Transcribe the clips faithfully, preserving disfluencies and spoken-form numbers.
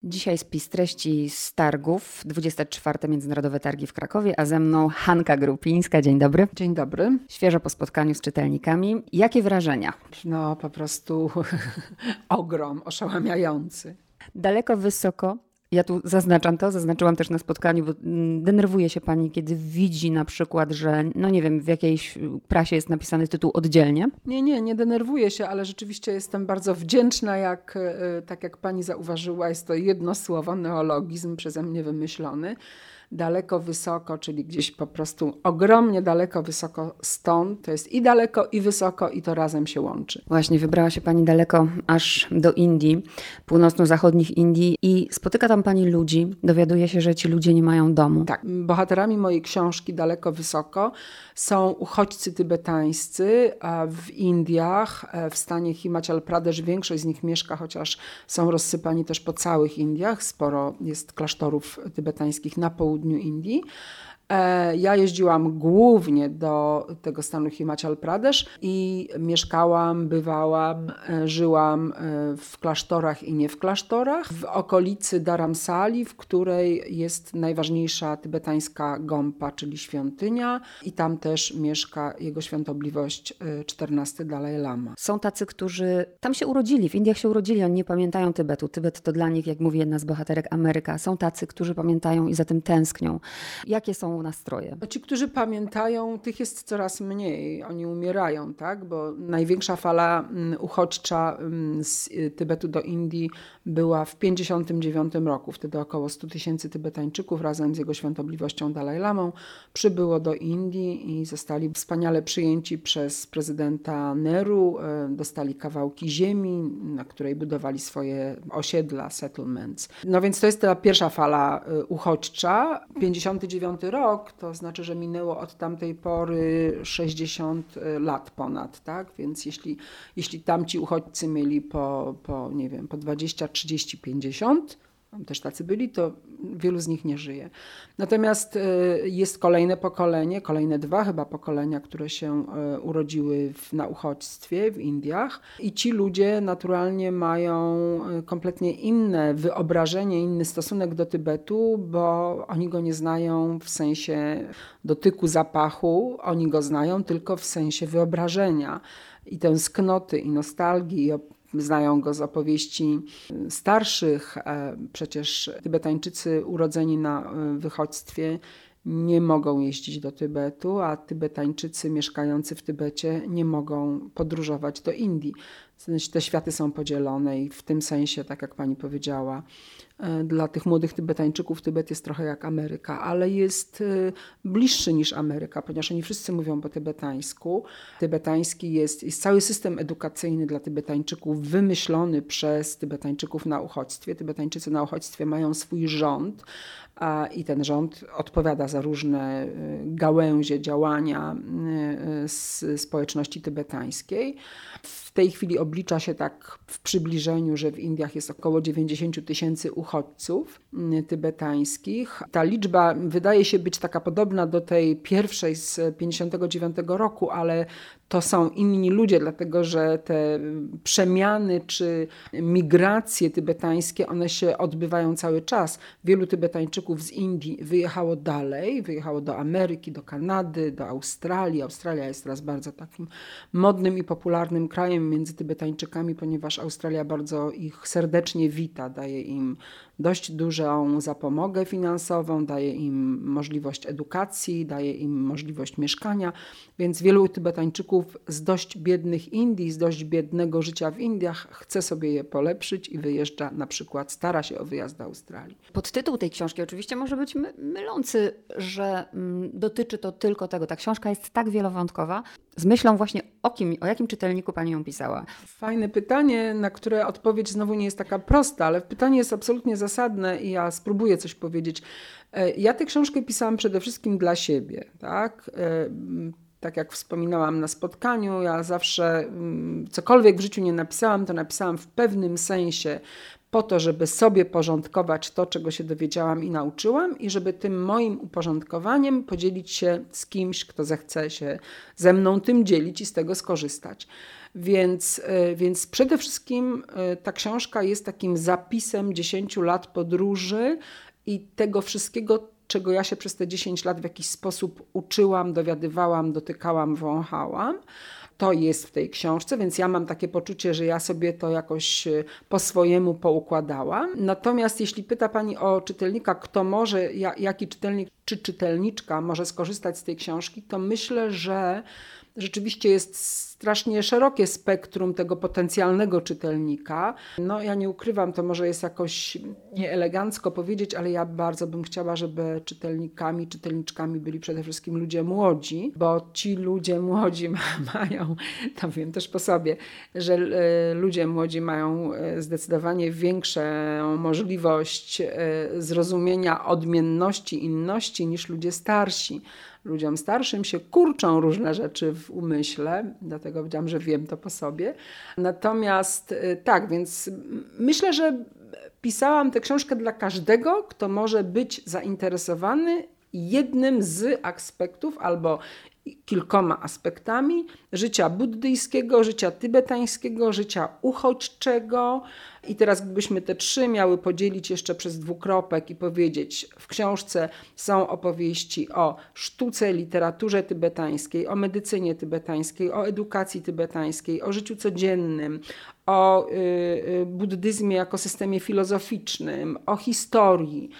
Dzisiaj spis treści z targów, dwudzieste czwarte Międzynarodowe Targi w Krakowie, a ze mną Hanka Grupińska. Dzień dobry. Dzień dobry. Świeżo po spotkaniu z czytelnikami. Jakie wrażenia? No po prostu ogrom, oszałamiający. Daleko, wysoko. Ja tu zaznaczam to, zaznaczyłam też na spotkaniu, bo denerwuje się pani, kiedy widzi na przykład, że no nie wiem, w jakiejś prasie jest napisany tytuł oddzielnie. Nie, nie, nie denerwuję się, ale rzeczywiście jestem bardzo wdzięczna, jak, tak jak pani zauważyła, jest to jedno słowo, neologizm przeze mnie wymyślony. Daleko, wysoko, czyli gdzieś po prostu ogromnie daleko, wysoko stąd. To jest i daleko, i wysoko, i to razem się łączy. Właśnie, wybrała się pani daleko aż do Indii, północno-zachodnich Indii i spotyka tam pani ludzi. Dowiaduje się, że ci ludzie nie mają domu. Tak, bohaterami mojej książki Daleko, wysoko są uchodźcy tybetańscy w Indiach, w stanie Himachal Pradesh. Większość z nich mieszka, chociaż są rozsypani też po całych Indiach. Sporo jest klasztorów tybetańskich na południu Indii. Ja jeździłam głównie do tego stanu Himachal Pradesh i mieszkałam, bywałam, żyłam w klasztorach i nie w klasztorach. W okolicy Dharamsali, w której jest najważniejsza tybetańska gompa, czyli świątynia, i tam też mieszka jego świątobliwość czternasty Dalaj Lama. Są tacy, którzy tam się urodzili, w Indiach się urodzili, oni nie pamiętają Tybetu. Tybet to dla nich, jak mówi jedna z bohaterek, Ameryka. Są tacy, którzy pamiętają i za tym tęsknią. Jakie są nastroje? Ci, którzy pamiętają, tych jest coraz mniej. Oni umierają, tak? Bo największa fala uchodźcza z Tybetu do Indii była w pięćdziesiątym dziewiątym roku. Wtedy około stu tysięcy Tybetańczyków razem z jego świątobliwością Dalaj Lamą przybyło do Indii i zostali wspaniale przyjęci przez prezydenta Nehru. Dostali kawałki ziemi, na której budowali swoje osiedla, settlements. No więc to jest ta pierwsza fala uchodźcza. pięćdziesiąty dziewiąty rok, to znaczy, że minęło od tamtej pory sześćdziesiąt lat ponad, tak? Więc jeśli, jeśli tamci uchodźcy mieli po, po, nie wiem, po dwadzieścia, trzydzieści, pięćdziesiąt, tam też tacy byli, to wielu z nich nie żyje. Natomiast jest kolejne pokolenie, kolejne dwa chyba pokolenia, które się urodziły w, na uchodźstwie w Indiach i ci ludzie naturalnie mają kompletnie inne wyobrażenie, inny stosunek do Tybetu, bo oni go nie znają w sensie dotyku, zapachu, oni go znają tylko w sensie wyobrażenia i tęsknoty i nostalgii i znają go z opowieści starszych. Przecież Tybetańczycy urodzeni na wychodźstwie nie mogą jeździć do Tybetu, a Tybetańczycy mieszkający w Tybecie nie mogą podróżować do Indii. Te światy są podzielone i w tym sensie, tak jak pani powiedziała, dla tych młodych Tybetańczyków Tybet jest trochę jak Ameryka, ale jest bliższy niż Ameryka, ponieważ oni wszyscy mówią po tybetańsku. Tybetański jest, jest cały system edukacyjny dla Tybetańczyków wymyślony przez Tybetańczyków na uchodźstwie. Tybetańczycy na uchodźstwie mają swój rząd a, i ten rząd odpowiada za różne gałęzie działania z społeczności tybetańskiej. W tej chwili oblicza się tak w przybliżeniu, że w Indiach jest około dziewięćdziesiąt tysięcy uchodźców tybetańskich. Ta liczba wydaje się być taka podobna do tej pierwszej z pięćdziesiątego dziewiątego roku, ale to są inni ludzie, dlatego że te przemiany czy migracje tybetańskie, one się odbywają cały czas. Wielu Tybetańczyków z Indii wyjechało dalej, wyjechało do Ameryki, do Kanady, do Australii. Australia jest teraz bardzo takim modnym i popularnym krajem między Tybetańczykami, ponieważ Australia bardzo ich serdecznie wita, daje im dość dużą zapomogę finansową, daje im możliwość edukacji, daje im możliwość mieszkania, więc wielu Tybetańczyków z dość biednych Indii, z dość biednego życia w Indiach chce sobie je polepszyć i wyjeżdża, na przykład stara się o wyjazd do Australii. Podtytuł tej książki oczywiście może być my- mylący, że mm, dotyczy to tylko tego. Ta książka jest tak wielowątkowa, z myślą właśnie o kim, o jakim czytelniku pani ją pisała. Fajne pytanie, na które odpowiedź znowu nie jest taka prosta, ale pytanie jest absolutnie zasadne i ja spróbuję coś powiedzieć. Ja tę książkę pisałam przede wszystkim dla siebie, tak? Tak jak wspominałam na spotkaniu, ja zawsze cokolwiek w życiu nie napisałam, to napisałam w pewnym sensie po to, żeby sobie porządkować to, czego się dowiedziałam i nauczyłam i żeby tym moim uporządkowaniem podzielić się z kimś, kto zechce się ze mną tym dzielić i z tego skorzystać. Więc, więc przede wszystkim ta książka jest takim zapisem dziesięciu lat podróży i tego wszystkiego, czego ja się przez te dziesięć lat w jakiś sposób uczyłam, dowiadywałam, dotykałam, wąchałam. To jest w tej książce, więc ja mam takie poczucie, że ja sobie to jakoś po swojemu poukładałam. Natomiast jeśli pyta pani o czytelnika, kto może, jaki czytelnik czy czytelniczka może skorzystać z tej książki, to myślę, że rzeczywiście jest strasznie szerokie spektrum tego potencjalnego czytelnika. No ja nie ukrywam, to może jest jakoś nieelegancko powiedzieć, ale ja bardzo bym chciała, żeby czytelnikami, czytelniczkami byli przede wszystkim ludzie młodzi, bo ci ludzie młodzi mają, to wiem też po sobie, że ludzie młodzi mają zdecydowanie większą możliwość zrozumienia odmienności, inności niż ludzie starsi. Ludziom starszym się kurczą różne rzeczy w umyśle, dlatego powiedziałam, że wiem to po sobie. Natomiast tak, więc myślę, że pisałam tę książkę dla każdego, kto może być zainteresowany jednym z aspektów albo kilkoma aspektami życia buddyjskiego, życia tybetańskiego, życia uchodźczego. I teraz gdybyśmy te trzy miały podzielić jeszcze przez dwukropek i powiedzieć, w książce są opowieści o sztuce, literaturze tybetańskiej, o medycynie tybetańskiej, o edukacji tybetańskiej, o życiu codziennym, o y, y, buddyzmie jako systemie filozoficznym, o historii,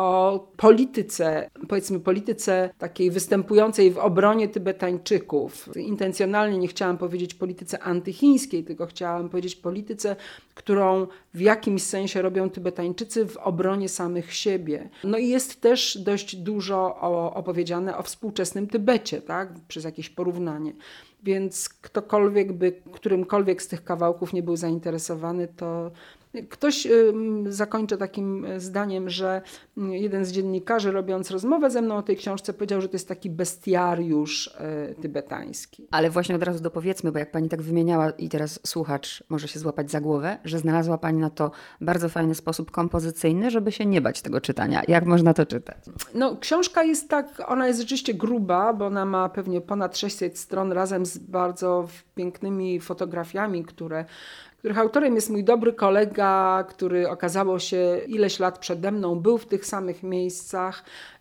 o polityce, powiedzmy polityce takiej występującej w obronie Tybetańczyków. Intencjonalnie nie chciałam powiedzieć polityce antychińskiej, tylko chciałam powiedzieć polityce, którą w jakimś sensie robią Tybetańczycy w obronie samych siebie. No i jest też dość dużo opowiedziane o współczesnym Tybecie, tak? Przez jakieś porównanie. Więc ktokolwiek by, którymkolwiek z tych kawałków nie był zainteresowany, to ktoś, zakończę takim zdaniem, że jeden z dziennikarzy, robiąc rozmowę ze mną o tej książce, powiedział, że to jest taki bestiariusz tybetański. Ale właśnie od razu dopowiedzmy, bo jak pani tak wymieniała i teraz słuchacz może się złapać za głowę, że znalazła pani na to bardzo fajny sposób kompozycyjny, żeby się nie bać tego czytania. Jak można to czytać? No, książka jest tak, ona jest rzeczywiście gruba, bo ona ma pewnie ponad sześćset stron razem z bardzo pięknymi fotografiami, które których autorem jest mój dobry kolega, który okazało się ileś lat przede mną był w tych samych miejscach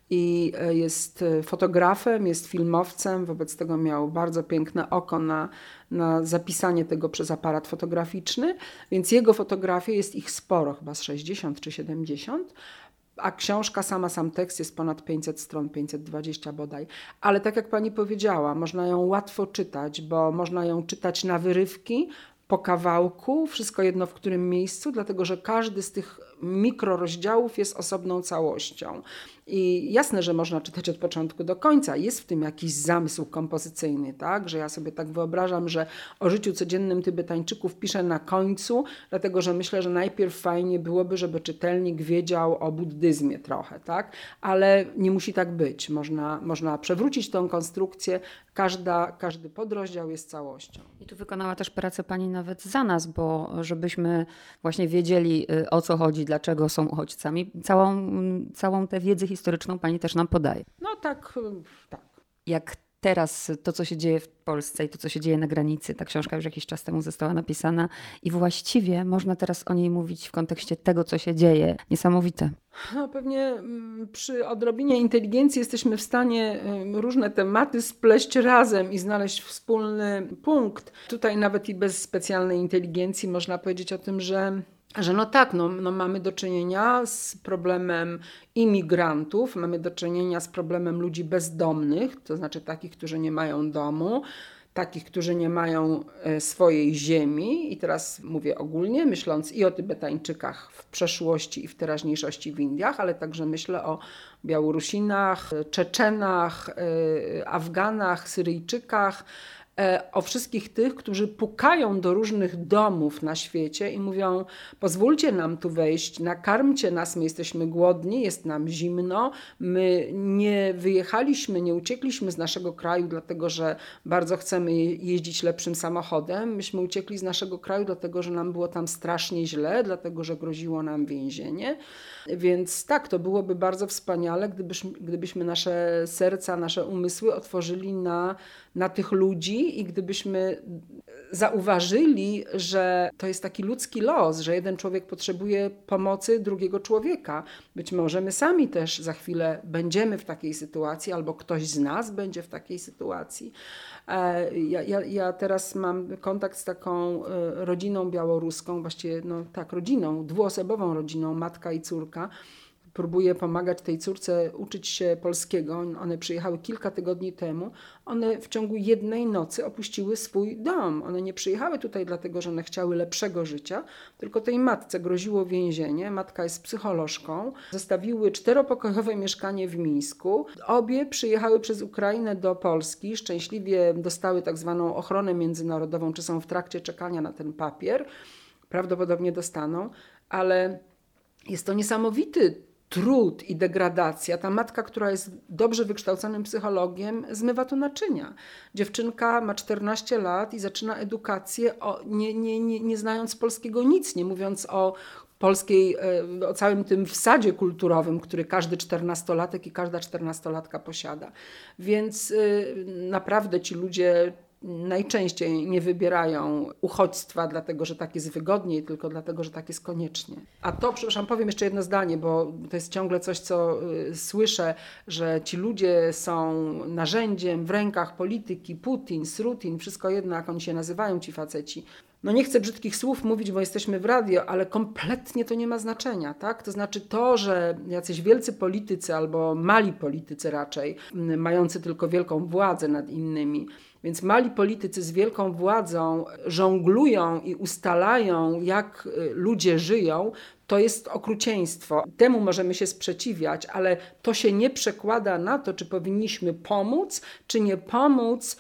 i jest fotografem, jest filmowcem, wobec tego miał bardzo piękne oko na, na zapisanie tego przez aparat fotograficzny, więc jego fotografie, jest ich sporo, chyba z sześćdziesiąt czy siedemdziesiąt, a książka sama, sam tekst jest ponad pięćset stron, pięćset dwadzieścia bodaj. Ale tak jak pani powiedziała, można ją łatwo czytać, bo można ją czytać na wyrywki, po kawałku, wszystko jedno w którym miejscu, dlatego że każdy z tych mikrorozdziałów jest osobną całością. I jasne, że można czytać od początku do końca. Jest w tym jakiś zamysł kompozycyjny, tak? Że ja sobie tak wyobrażam, że o życiu codziennym Tybetańczyków piszę na końcu, dlatego że myślę, że najpierw fajnie byłoby, żeby czytelnik wiedział o buddyzmie trochę, tak? Ale nie musi tak być. Można, można przewrócić tą konstrukcję. Każda, każdy podrozdział jest całością. I tu wykonała też pracę pani nawet za nas, bo żebyśmy właśnie wiedzieli, o co chodzi, dlaczego są uchodźcami, całą, całą tę wiedzę historyczną pani też nam podaje. No tak, tak. Jak teraz to, co się dzieje w Polsce i to, co się dzieje na granicy, ta książka już jakiś czas temu została napisana i właściwie można teraz o niej mówić w kontekście tego, co się dzieje. Niesamowite. No, pewnie przy odrobinie inteligencji jesteśmy w stanie różne tematy spleść razem i znaleźć wspólny punkt. Tutaj nawet i bez specjalnej inteligencji można powiedzieć o tym, że Że no tak, no, no mamy do czynienia z problemem imigrantów, mamy do czynienia z problemem ludzi bezdomnych, to znaczy takich, którzy nie mają domu, takich, którzy nie mają swojej ziemi. I teraz mówię ogólnie, myśląc i o Tybetańczykach w przeszłości i w teraźniejszości w Indiach, ale także myślę o Białorusinach, Czeczenach, Afganach, Syryjczykach, o wszystkich tych, którzy pukają do różnych domów na świecie i mówią: pozwólcie nam tu wejść, nakarmcie nas, my jesteśmy głodni, jest nam zimno, my nie wyjechaliśmy, nie uciekliśmy z naszego kraju dlatego, że bardzo chcemy jeździć lepszym samochodem, myśmy uciekli z naszego kraju dlatego, że nam było tam strasznie źle, dlatego, że groziło nam więzienie. Więc tak, to byłoby bardzo wspaniale, gdybyśmy, gdybyśmy nasze serca, nasze umysły otworzyli na, na tych ludzi i gdybyśmy zauważyli, że to jest taki ludzki los, że jeden człowiek potrzebuje pomocy drugiego człowieka. Być może my sami też za chwilę będziemy w takiej sytuacji, albo ktoś z nas będzie w takiej sytuacji. Ja, ja, ja teraz mam kontakt z taką rodziną białoruską, właściwie no tak, rodziną, dwuosobową rodziną, matka i córka. Próbuję pomagać tej córce uczyć się polskiego. One przyjechały kilka tygodni temu. One w ciągu jednej nocy opuściły swój dom. One nie przyjechały tutaj dlatego, że one chciały lepszego życia, tylko tej matce groziło więzienie. Matka jest psycholożką. Zostawiły czteropokojowe mieszkanie w Mińsku. Obie przyjechały przez Ukrainę do Polski. Szczęśliwie dostały tak zwaną ochronę międzynarodową, czy są w trakcie czekania na ten papier. Prawdopodobnie dostaną, ale jest to niesamowity trud i degradacja. Ta matka, która jest dobrze wykształconym psychologiem, zmywa to naczynia. Dziewczynka ma czternaście lat i zaczyna edukację, o, nie, nie, nie, nie znając polskiego nic, nie mówiąc o polskiej, o całym tym wsadzie kulturowym, który każdy czternastolatek i każda czternastolatka posiada. Więc naprawdę ci ludzie najczęściej nie wybierają uchodźstwa dlatego, że tak jest wygodniej, tylko dlatego, że tak jest koniecznie. A to, przepraszam, powiem jeszcze jedno zdanie, bo to jest ciągle coś, co y, słyszę, że ci ludzie są narzędziem w rękach polityki, Putin, Srutin, wszystko jedno, jak oni się nazywają, ci faceci. No nie chcę brzydkich słów mówić, bo jesteśmy w radio, ale kompletnie to nie ma znaczenia, tak? To znaczy to, że jacyś wielcy politycy albo mali politycy raczej, mający tylko wielką władzę nad innymi, więc mali politycy z wielką władzą żonglują i ustalają, jak ludzie żyją, to jest okrucieństwo. Temu możemy się sprzeciwiać, ale to się nie przekłada na to, czy powinniśmy pomóc, czy nie pomóc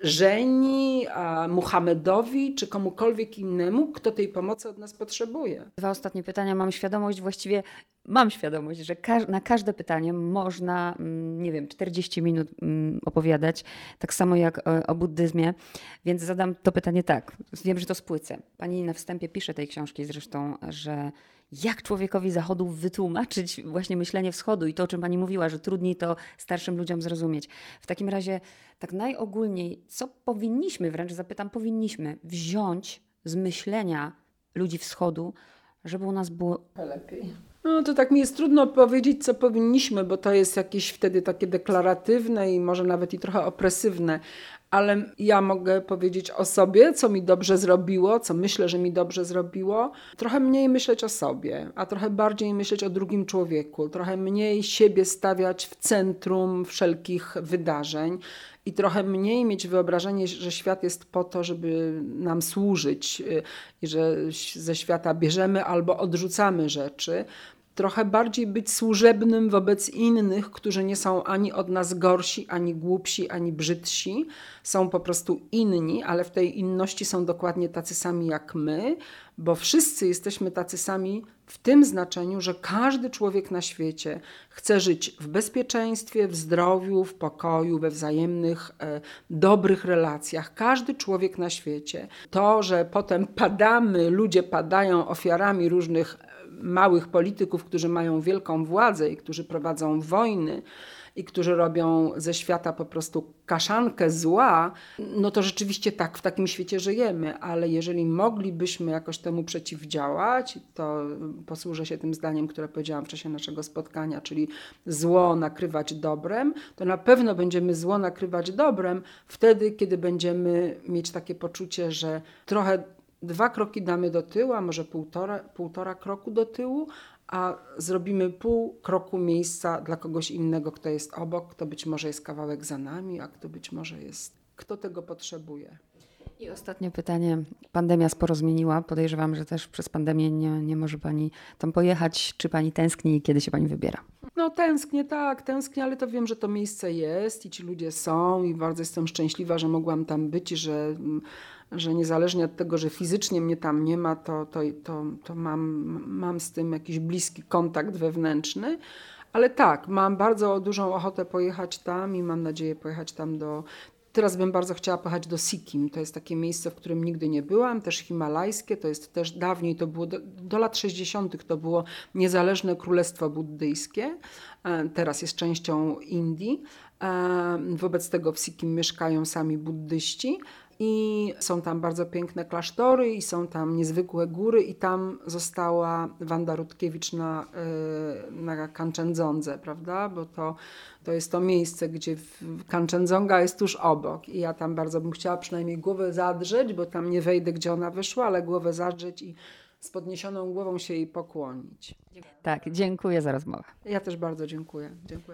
Żeni, Muhammedowi, czy komukolwiek innemu, kto tej pomocy od nas potrzebuje. Dwa ostatnie pytania. Mam świadomość, właściwie mam świadomość, że każ- na każde pytanie można, nie wiem, czterdzieści minut opowiadać, tak samo jak o, o buddyzmie, więc zadam to pytanie tak. Wiem, że to spłycę. Pani na wstępie pisze tej książki zresztą, że jak człowiekowi zachodu wytłumaczyć właśnie myślenie wschodu i to, o czym pani mówiła, że trudniej to starszym ludziom zrozumieć. W takim razie tak najogólniej, co powinniśmy, wręcz zapytam, powinniśmy wziąć z myślenia ludzi wschodu, żeby u nas było lepiej. No to tak mi jest trudno powiedzieć, co powinniśmy, bo to jest jakieś wtedy takie deklaratywne i może nawet i trochę opresywne. Ale ja mogę powiedzieć o sobie, co mi dobrze zrobiło, co myślę, że mi dobrze zrobiło. Trochę mniej myśleć o sobie, a trochę bardziej myśleć o drugim człowieku. Trochę mniej siebie stawiać w centrum wszelkich wydarzeń i trochę mniej mieć wyobrażenie, że świat jest po to, żeby nam służyć i że ze świata bierzemy albo odrzucamy rzeczy. Trochę bardziej być służebnym wobec innych, którzy nie są ani od nas gorsi, ani głupsi, ani brzydsi. Są po prostu inni, ale w tej inności są dokładnie tacy sami jak my, bo wszyscy jesteśmy tacy sami w tym znaczeniu, że każdy człowiek na świecie chce żyć w bezpieczeństwie, w zdrowiu, w pokoju, we wzajemnych, e, dobrych relacjach. Każdy człowiek na świecie. To, że potem padamy, ludzie padają ofiarami różnych małych polityków, którzy mają wielką władzę i którzy prowadzą wojny i którzy robią ze świata po prostu kaszankę zła, no to rzeczywiście tak w takim świecie żyjemy, ale jeżeli moglibyśmy jakoś temu przeciwdziałać, to posłużę się tym zdaniem, które powiedziałam w czasie naszego spotkania, czyli zło nakrywać dobrem, to na pewno będziemy zło nakrywać dobrem wtedy, kiedy będziemy mieć takie poczucie, że trochę dwa kroki damy do tyłu, a może półtora, półtora kroku do tyłu, a zrobimy pół kroku miejsca dla kogoś innego, kto jest obok, kto być może jest kawałek za nami, a kto być może jest, kto tego potrzebuje. I ostatnie pytanie. Pandemia sporo zmieniła. Podejrzewam, że też przez pandemię nie, nie może pani tam pojechać. Czy pani tęskni i kiedy się pani wybiera? No tęsknię, tak, tęsknię, ale to wiem, że to miejsce jest i ci ludzie są i bardzo jestem szczęśliwa, że mogłam tam być i że, że niezależnie od tego, że fizycznie mnie tam nie ma, to, to, to, to mam, mam z tym jakiś bliski kontakt wewnętrzny. Ale tak, mam bardzo dużą ochotę pojechać tam i mam nadzieję pojechać tam do... Teraz bym bardzo chciała pojechać do Sikkim. To jest takie miejsce, w którym nigdy nie byłam, też himalajskie. To jest też dawniej, to było do, do lat sześćdziesiątych to było niezależne królestwo buddyjskie. Teraz jest częścią Indii. Wobec tego w Sikkim mieszkają sami buddyści. i są tam bardzo piękne klasztory i są tam niezwykłe góry i tam została Wanda Rutkiewicz na, na Kanchendzondze, prawda? Bo to, to jest to miejsce, gdzie Kanchendzonga jest tuż obok i ja tam bardzo bym chciała przynajmniej głowę zadrzeć, bo tam nie wejdę, gdzie ona wyszła, ale głowę zadrzeć i z podniesioną głową się jej pokłonić. Tak, dziękuję za rozmowę. Ja też bardzo dziękuję. Dziękuję.